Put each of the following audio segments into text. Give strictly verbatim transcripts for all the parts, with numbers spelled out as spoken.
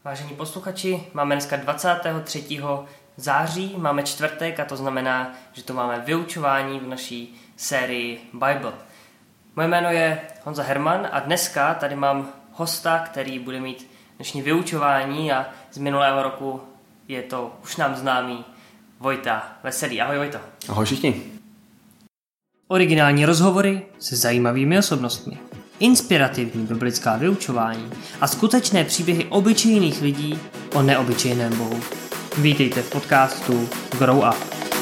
Vážení posluchači, máme dneska dvacátého třetího září, máme čtvrtek a to znamená, že tu máme vyučování v naší sérii Bible. Moje jméno je Honza Herman a dneska tady mám hosta, který bude mít dnešní vyučování a z minulého roku je to už nám známý Vojta Veselý. Ahoj Vojto. Ahoj všichni. Originální rozhovory se zajímavými osobnostmi, inspirativní biblická vyučování a skutečné příběhy obyčejných lidí o neobyčejném Bohu. Vítejte v podcastu Grow Up.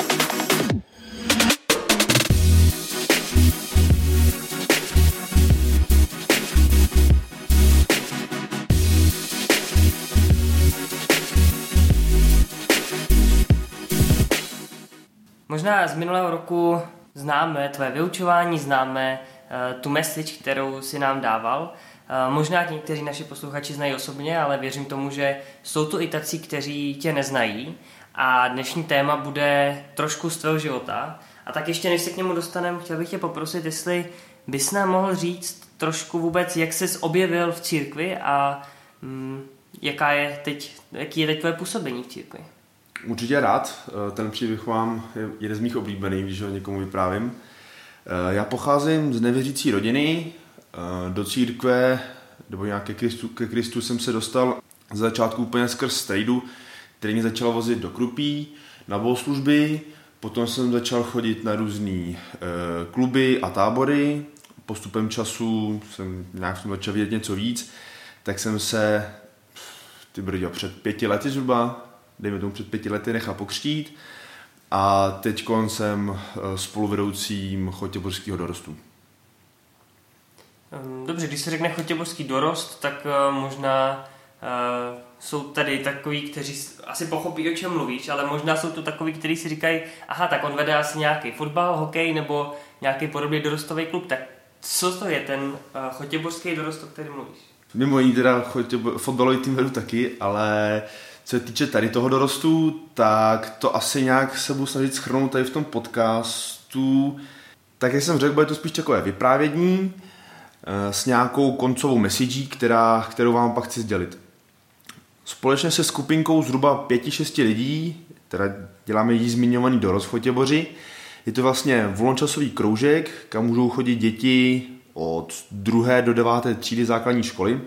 Možná z minulého roku známe tvoje vyučování, známe uh, tu message, kterou si nám dával. Uh, možná někteří naši posluchači znají osobně, ale věřím tomu, že jsou tu i tací, kteří tě neznají. A dnešní téma bude trošku z tvého života. A tak ještě než se k němu dostaneme, chtěl bych tě poprosit, jestli bys nám mohl říct trošku vůbec, jak ses objevil v církvi a um, jaká je teď, jaký je teď tvoje působení v církvi. Určitě rád. Ten příběh mám je jeden z mých oblíbených, když ho někomu vyprávím. Já pocházím z nevěřící rodiny. Do církve nebo nějak ke Kristu, ke Kristu jsem se dostal z začátku úplně skrz strejdu, který mě začal vozit do Krupí, na bohoslužby. Potom jsem začal chodit na různé kluby a tábory. Postupem času jsem nějak jsem začal vidět něco víc. Tak jsem se ty brďo, před pěti lety zhruba dejme tomu před pěti lety nechal pokřtít a teď jsem spoluvedoucím chotěbořského dorostu. Dobře, když se řekne chotěbořský dorost, tak možná uh, jsou tady takoví, kteří asi pochopí, o čem mluvíš, ale možná jsou to takoví, kteří si říkají, aha, tak on vede asi nějaký fotbal, hokej nebo nějaký podobný dorostový klub, tak co to je ten uh, chotěbořský dorost, o kterém mluvíš? Mimo jiný teda chotěbo- fotbalový tým vedu taky, ale co se týče tady toho dorostu, tak to asi nějak se budu snažit shrnout tady v tom podcastu. Tak jak jsem řekl, bude to spíš takové vyprávění s nějakou koncovou messagí, která, kterou vám pak chci sdělit. Společně se skupinkou zhruba pěti, šesti lidí, teda děláme jí zmiňovaný dorost v Chotěboři. Je to vlastně volnočasový kroužek, kam můžou chodit děti od druhé do deváté třídy základní školy.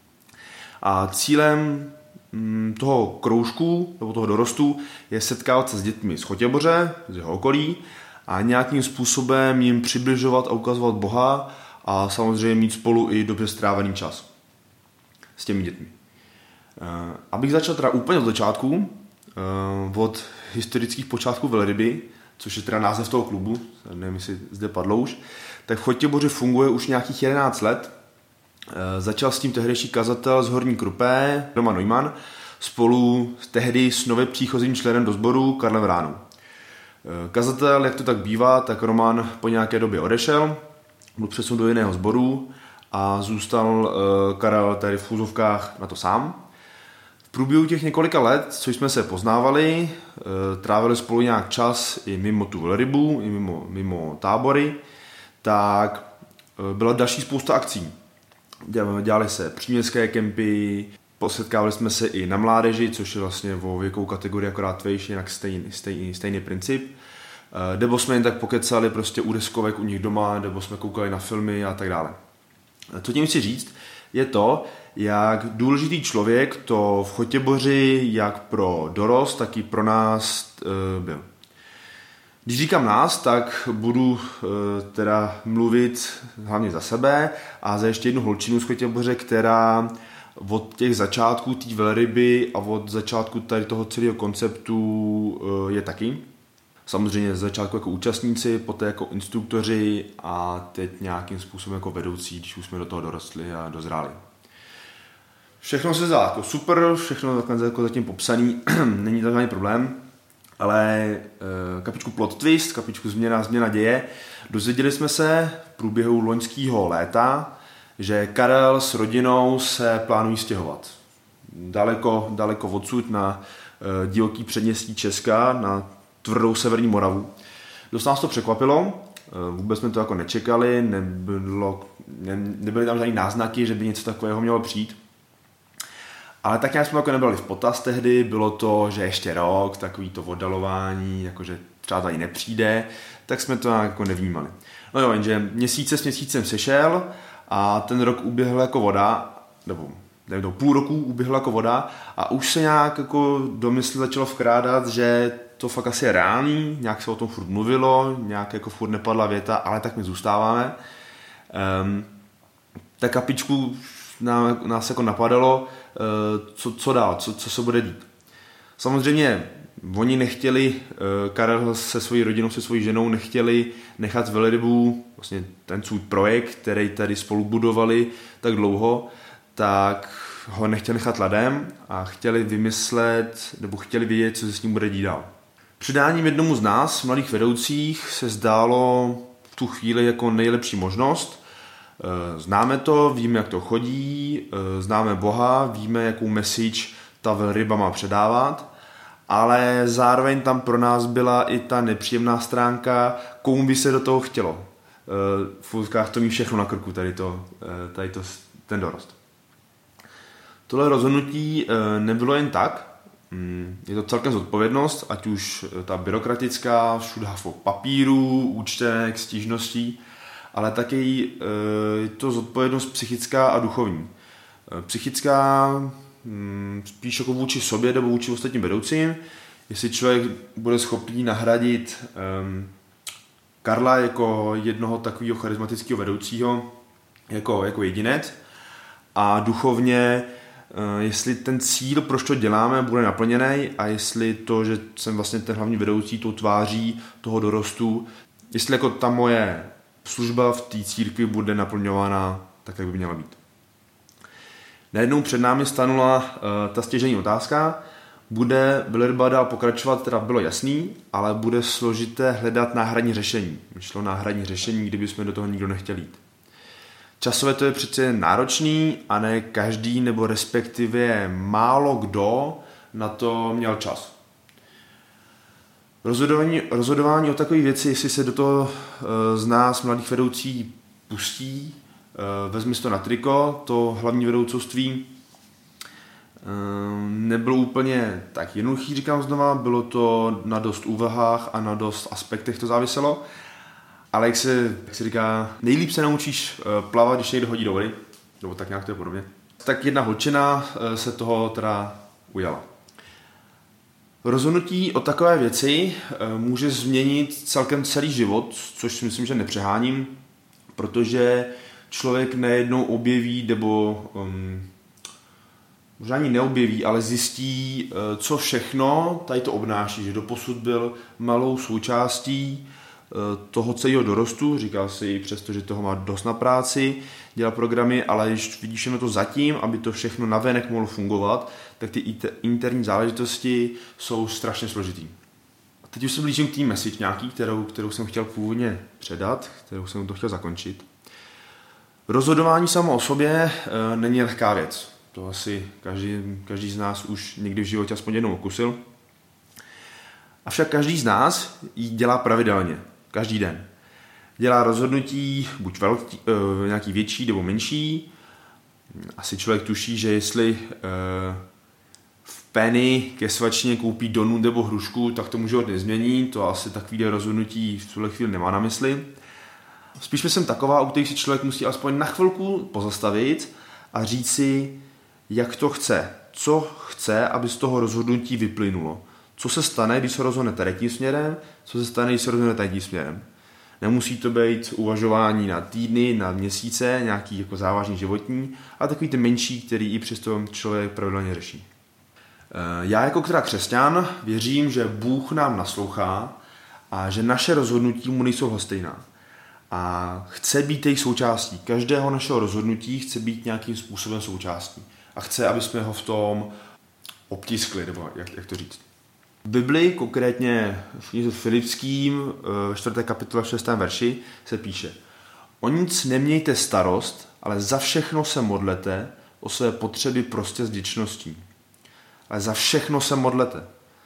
A cílem toho kroužku nebo toho dorostu je setkávat se s dětmi z Chotěboře, z jeho okolí a nějakým způsobem jim přibližovat a ukazovat Boha a samozřejmě mít spolu i dobře strávený čas s těmi dětmi. Abych začal teda úplně od začátku, od historických počátků velryby, což je teda název toho klubu, nevím, jestli zde padlo už, tak v Chotěboři funguje už nějakých jedenáct let. Začal s tím tehdejší kazatel z Horní Krupé, Roman Neumann, spolu tehdy s nově příchozím členem do sboru Karlem Vránou. Kazatel, jak to tak bývá, tak Roman po nějaké době odešel, byl přesun do jiného sboru a zůstal Karel tady v úzovkách na to sám. V průběhu těch několika let, co jsme se poznávali, trávili spolu nějak čas i mimo tu velrybu, i mimo, mimo tábory, tak byla další spousta akcí. Dělali se příměstské kempy, posetkávali jsme se i na mládeži, což je vlastně o věkovou kategorii akorát vejš, jinak stejný, stejný, stejný princip. Nebo jsme jen tak pokecali prostě u deskovek u nich doma, nebo jsme koukali na filmy a tak dále. Co tím chci říct, je to, jak důležitý člověk to v Chotěboři jak pro dorost, tak i pro nás e, byl. Když říkám nás, tak budu e, teda mluvit hlavně za sebe a za ještě jednu holčinu z Chotěboře, která od těch začátků té velryby a od začátku tady toho celého konceptu e, je taky. Samozřejmě z začátku jako účastníci, poté jako instruktoři a teď nějakým způsobem jako vedoucí, když už jsme do toho dorostli a dozráli. Všechno se zdá jako super, všechno takhle jako zatím popsaný, není to žádný problém. Ale kapičku plot twist, kapičku změna, změna děje. Dozvěděli jsme se v průběhu loňského léta, že Karel s rodinou se plánují stěhovat. Daleko, daleko odsud na divoký předměstí Česka, na tvrdou severní Moravu. Dost nás to překvapilo, vůbec jsme to jako nečekali, nebylo, ne, nebyly tam žádný náznaky, že by něco takového mělo přijít. Ale tak nějak jsme jako nebrali v potaz tehdy, bylo to, že ještě rok, takový to oddalování, jakože třeba tady nepřijde, tak jsme to jako nevnímali. No jo, jenže měsíce s měsícem sešel a ten rok uběhl jako voda, nebo nevím, půl roku uběhl jako voda a už se nějak jako do mysli začalo vkrádat, že to fakt asi je reálný, nějak se o tom furt mluvilo, nějak jako furt nepadla věta, ale tak my zůstáváme. Um, tak kapičku nás, nás jako napadalo, uh, co, co dál, co, co se bude dít. Samozřejmě oni nechtěli, uh, Karel se svojí rodinou, se svojí ženou nechtěli nechat velrybu, vlastně ten svůj projekt, který tady spolu budovali tak dlouho, tak ho nechtěli nechat ladem a chtěli vymyslet, nebo chtěli vědět, co se s ním bude dít dál. Předáním jednomu z nás, mladých vedoucích, se zdálo v tu chvíli jako nejlepší možnost. Známe to, víme, jak to chodí, známe Boha, víme, jakou message ta velryba má předávat, ale zároveň tam pro nás byla i ta nepříjemná stránka, komu by se do toho chtělo. V úzkách to mít všechno na krku, tady, to, tady to, ten dorost. Tohle rozhodnutí nebylo jen tak, je to celkem zodpovědnost, ať už ta byrokratická, všude hafo papíru, účtenek, stížností, ale taky je to zodpovědnost psychická a duchovní. Psychická spíš jako vůči sobě nebo vůči ostatním vedoucím, jestli člověk bude schopný nahradit Karla jako jednoho takového charismatického vedoucího jako, jako jedinec a duchovně jestli ten cíl, proč to děláme, bude naplněný a jestli to, že jsem vlastně ten hlavní vedoucí tou tváří toho dorostu, jestli jako ta moje služba v té církvi bude naplňována tak, jak by měla být. Najednou před námi stanula uh, ta stěžejní otázka, bude velryba dál pokračovat, teda bylo jasný, ale bude složité hledat náhradní řešení. Myšlo náhradní řešení, kdyby jsme do toho nikdo nechtěli jít. Časově to je přece náročný a ne každý nebo respektive málo kdo na to měl čas. Rozhodování, rozhodování o takové věci, jestli se do toho e, z nás mladých vedoucí pustí, e, vezmi si to na triko, to hlavní vedoucovství e, nebylo úplně tak jednoduchý, říkám znova, bylo to na dost úvahách a na dost aspektech to záviselo. Ale jak se, jak se říká, nejlíp se naučíš plavat, když někdo hodí do vody, nebo tak nějak to je podobně. Tak jedna holčina se toho teda ujala. Rozhodnutí o takové věci může změnit celkem celý život, což si myslím, že nepřeháním, protože člověk nejednou objeví, nebo um, možná ani neobjeví, ale zjistí, co všechno tady to obnáší, že doposud byl malou součástí toho celého dorostu, říkal si přesto, že toho má dost na práci, dělá programy, ale když vidíš jen to zatím, aby to všechno navenek mohlo fungovat, tak ty interní záležitosti jsou strašně složitý. A teď už se blížím k té message nějaký, kterou, kterou jsem chtěl původně předat, kterou jsem to chtěl zakončit. Rozhodování samo o sobě e, není lehká věc. To asi každý, každý z nás už někdy v životě aspoň jednou okusil. Avšak každý z nás ji dělá pravidelně. Každý den. Dělá rozhodnutí, buď velký, e, nějaký větší nebo menší. Asi člověk tuší, že jestli e, v Penny ke svačině koupí donut nebo hrušku, tak to může hodně změnit. To asi takový rozhodnutí v tuhle chvíli nemá na mysli. Spíš myslím taková, u kterých si člověk musí alespoň na chvilku pozastavit a říct si, jak to chce. Co chce, aby z toho rozhodnutí vyplynulo. Co se stane, když se rozhodne tady tím směrem, co se stane, když se rozhodne tady tím směrem. Nemusí to být uvažování na týdny, na měsíce, nějaký jako závažný životní, ale takový ty menší, který i přesto člověk pravidelně řeší. Já jako která křesťan věřím, že Bůh nám naslouchá a že naše rozhodnutí mu nejsou lhostejná. A chce být jejich součástí. Každého našeho rozhodnutí chce být nějakým způsobem součástí. A chce, aby jsme ho v tom obtiskli, nebo jak, jak to říct. V Biblii, konkrétně v knize Filipským, ve čtvrté kapitole v šestém verši, se píše: O nic nemějte starost, ale za všechno se modlete, o své potřeby prostě s vděčností. Ale za všechno se modlete.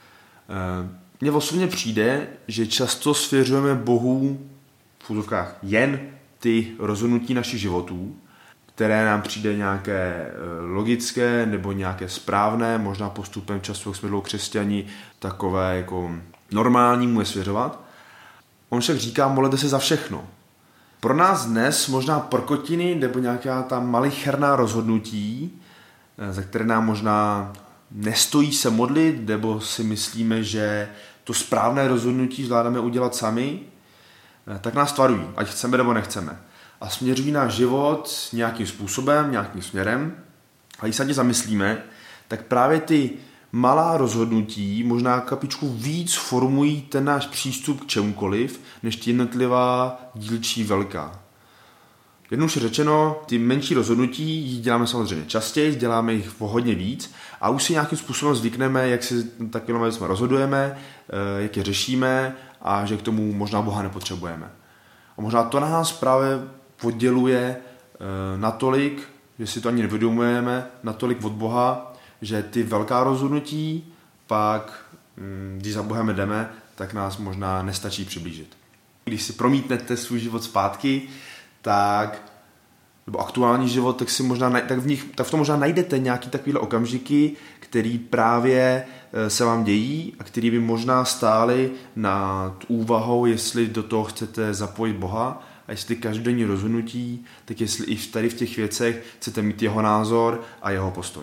Mně osobně přijde, že často svěřujeme Bohu v úzovkách jen ty rozhodnutí našich životů, které nám přijde nějaké logické nebo nějaké správné, možná postupem času, jak jsme dlouho křesťani, takové jako normální mu je svěřovat. On však říká, modlete se za všechno. Pro nás dnes možná prkotiny nebo nějaká ta malicherná rozhodnutí, za které nám možná nestojí se modlit, nebo si myslíme, že to správné rozhodnutí zvládáme udělat sami, tak nás tvarují, ať chceme nebo nechceme. A směřují náš život nějakým způsobem, nějakým směrem. A když se tě zamyslíme, tak právě ty malá rozhodnutí možná kapičku víc formují ten náš přístup k čemukoliv, než ty jednotlivá dílčí velká. Jednoduše řečeno, ty menší rozhodnutí jich děláme samozřejmě častěji, děláme jich o hodně víc a už si nějakým způsobem zvykneme, jak si tak jenom jsme rozhodujeme, jak je řešíme a že k tomu možná Boha nepotřebujeme. A možná to nás právě odděluje natolik, že si to ani nevědomujeme, natolik od Boha, že ty velká rozhodnutí pak, když za Bohem jdeme, tak nás možná nestačí přiblížit. Když si promítnete svůj život zpátky, tak, nebo aktuální život, tak, si možná, tak, v nich, tak v tom možná najdete nějaký takovýhle okamžiky, který právě se vám dějí a který by možná stály nad úvahou, jestli do toho chcete zapojit Boha a jestli každodenní rozhodnutí, tak jestli i tady v těch věcech chcete mít jeho názor a jeho postoj.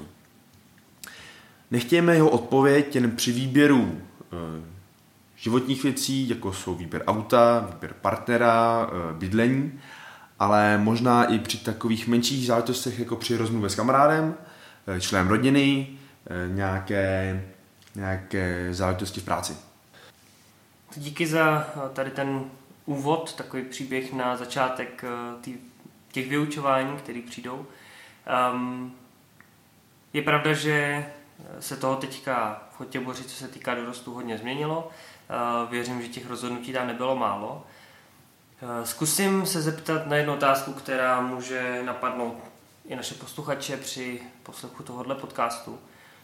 Nechtějme jeho odpověď jen při výběru životních věcí, jako jsou výběr auta, výběr partnera, bydlení, ale možná i při takových menších záležitostech, jako při rozmluvě s kamarádem, členem rodiny, nějaké, nějaké záležitosti v práci. Díky za tady ten úvod, takový příběh na začátek těch vyučování, které přijdou. Um, je pravda, že se toho teďka v Chotěboři, co se týká dorostu, hodně změnilo. Uh, věřím, že těch rozhodnutí tam nebylo málo. Uh, zkusím se zeptat na jednu otázku, která může napadnout i naše posluchače při poslechu tohohle podcastu.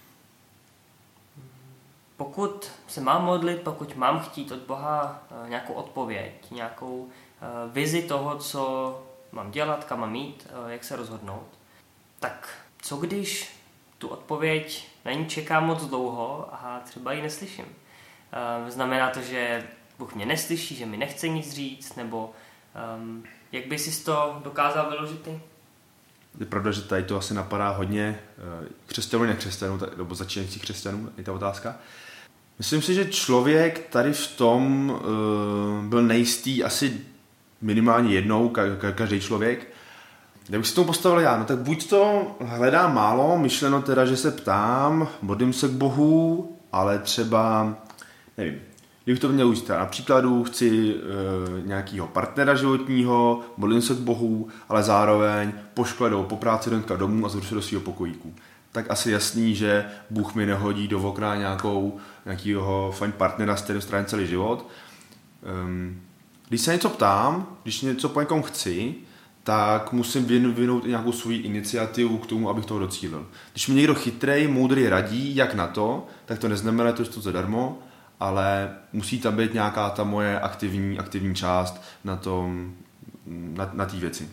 Pokud se mám modlit, pokud mám chtít od Boha nějakou odpověď, nějakou vizi toho, co mám dělat, kam mám jít, jak se rozhodnout, tak co když tu odpověď na ní čekám moc dlouho a třeba ji neslyším? Znamená to, že Bůh mě neslyší, že mi nechce nic říct, nebo um, jak by si to dokázal vyložit ty? Je pravda, že tady to asi napadá hodně křesťanů, nekřesťanů, nebo začínajících křesťanů, je ta otázka. Myslím si, že člověk tady v tom uh, byl nejistý asi minimálně jednou, ka- každý člověk. Kdybych si tomu postavil já, no tak buď to hledám málo, myšleno teda, že se ptám, modlím se k Bohu, ale třeba, nevím, kdybych to měl už na příkladu, chci uh, nějakého partnera životního, modlím se k Bohu, ale zároveň poškledou po práci jdem domů a zvrhu se do svého pokojíku. Tak asi jasný, že Bůh mi nehodí do okna nějakou, nějakýho fajn partnera, s kterým strávím celý život. Um, když se něco ptám, když něco po někom chci, tak musím vyvinout i nějakou svou iniciativu k tomu, abych toho docílil. Když mi někdo chytrej, moudrý radí, jak na to, tak to neznamená to, že to zadarmo, ale musí tam být nějaká ta moje aktivní, aktivní část na tom, na, na té věci.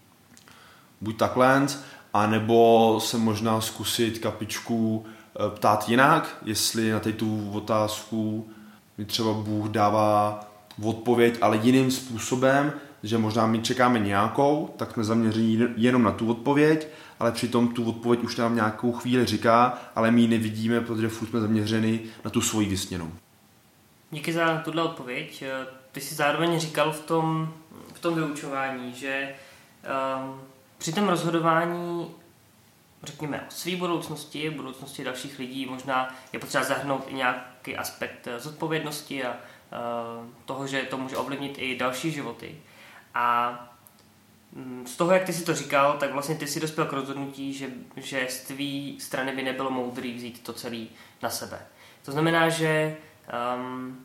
Buď takhle, a nebo se možná zkusit kapičku ptát jinak, jestli na tu otázku mi třeba Bůh dává odpověď, ale jiným způsobem, že možná my čekáme nějakou, tak jsme zaměření jenom na tu odpověď, ale přitom tu odpověď už nám nějakou chvíli říká, ale my ji nevidíme, protože furt jsme zaměřeni na tu svoji vysněnou. Díky za tuhle odpověď. Ty jsi zároveň říkal v tom, v tom vyučování, že um, při tom rozhodování, řekněme, o své budoucnosti, budoucnosti dalších lidí, možná je potřeba zahrnout i nějaký aspekt zodpovědnosti a uh, toho, že to může ovlivnit i další životy. A z toho, jak ty si to říkal, tak vlastně ty si dospěl k rozhodnutí, že, že z tvý strany by nebylo moudrý vzít to celé na sebe. To znamená, že um,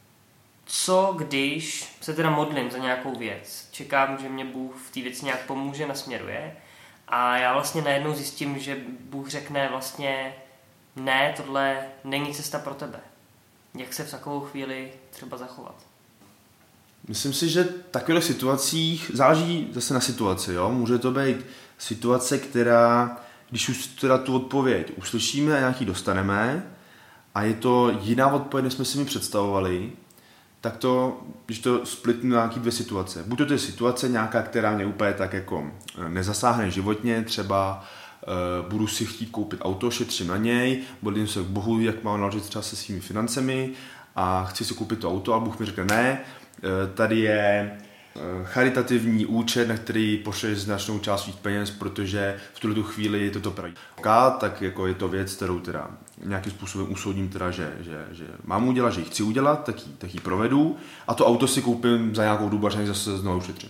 co když se teda modlím za nějakou věc, čekám, že mě Bůh v té věci nějak pomůže, nasměruje a já vlastně najednou zjistím, že Bůh řekne vlastně ne, tohle není cesta pro tebe. Jak se v takovou chvíli třeba zachovat? Myslím si, že v takových situacích záleží zase na situaci. Jo? Může to být situace, která, když už teda tu odpověď uslyšíme a nějaký dostaneme a je to jiná odpověď, než jsme si mi představovali, tak to, když to splitnu na nějaké dvě situace. Buď to je situace nějaká, která mě úplně tak jako nezasáhne životně, třeba uh, budu si chtít koupit auto, šetřím na něj, modlím se k Bohu, jak mám naložit třeba se svými financemi a chci si koupit to auto, ale Bůh mi řekne ne, uh, tady je uh, charitativní účet, na který pošleš značnou část svých peněz, protože v tuhle tu chvíli je to to pravý. Tak jako je to věc, kterou teda nějakým způsobem usoudím teda, že, že, že mám udělat, že ji chci udělat, tak ji, tak ji provedu a to auto si koupím za nějakou dobu, až zase znovu ušetřím.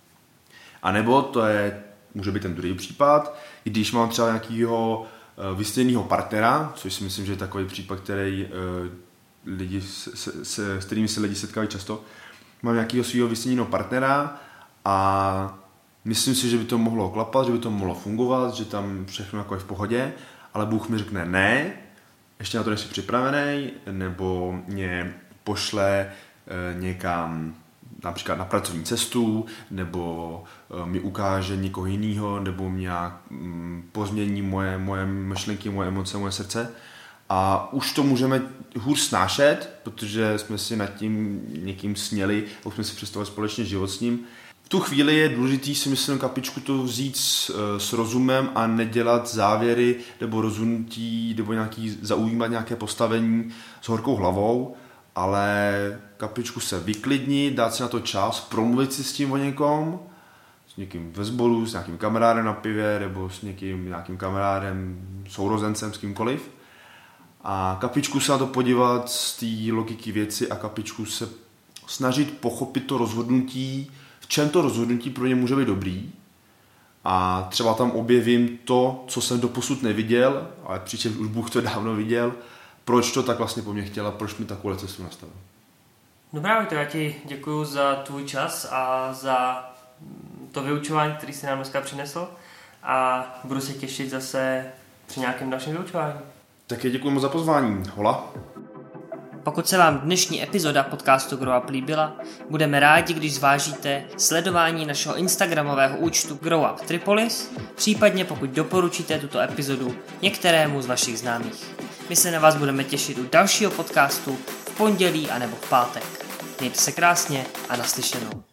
A nebo to je, může být ten druhý případ, když mám třeba nějakého vysněného partnera, což si myslím, že je takový případ, který uh, lidi se, se, s kterými se lidi setkávají často, mám nějakého svého vysněného partnera a myslím si, že by to mohlo klapat, že by to mohlo fungovat, že tam všechno jako je v pohodě, ale Bůh mi řekne ne, ještě na to nejsi připravený, nebo mě pošle e, někam například na pracovní cestu, nebo e, mi ukáže někoho jiného, nebo mě mm, pozmění moje, moje myšlenky, moje emoce, moje srdce. A už to můžeme hůř snášet, protože jsme si nad tím někým sněli, a už jsme si představili společně život s ním. V tu chvíli je důležitý si myslím kapičku to vzít s, s rozumem a nedělat závěry nebo rozhodnutí nebo nějaký, zaujímat nějaké postavení s horkou hlavou, ale kapičku se vyklidnit, dát si na to čas, promluvit si s tím o někom, s někým ve sboru, s nějakým kamarádem na pivě nebo s někým nějakým kamarádem, sourozencem, s kýmkoliv. A kapičku se na to podívat z té logiky věci a kapičku se snažit pochopit to rozhodnutí, v čem to rozhodnutí pro ně může být dobrý. A třeba tam objevím to, co jsem doposud neviděl, ale přičemž už Bůh to dávno viděl, proč to tak vlastně po mně chtěl a proč mi takovou cestu nastavil. Dobrá, Viktor, já ti děkuji za tvůj čas a za to vyučování, který jsi nám dneska přinesl a budu se těšit zase při nějakém dalším vyučování. Tak děkuji moc za pozvání. Hola. Pokud se vám dnešní epizoda podcastu Grow Up líbila, budeme rádi, když zvážíte sledování našeho instagramového účtu Grow Up Tripolis, případně pokud doporučíte tuto epizodu některému z vašich známých. My se na vás budeme těšit u dalšího podcastu v pondělí anebo v pátek. Mějte se krásně a naslyšenou.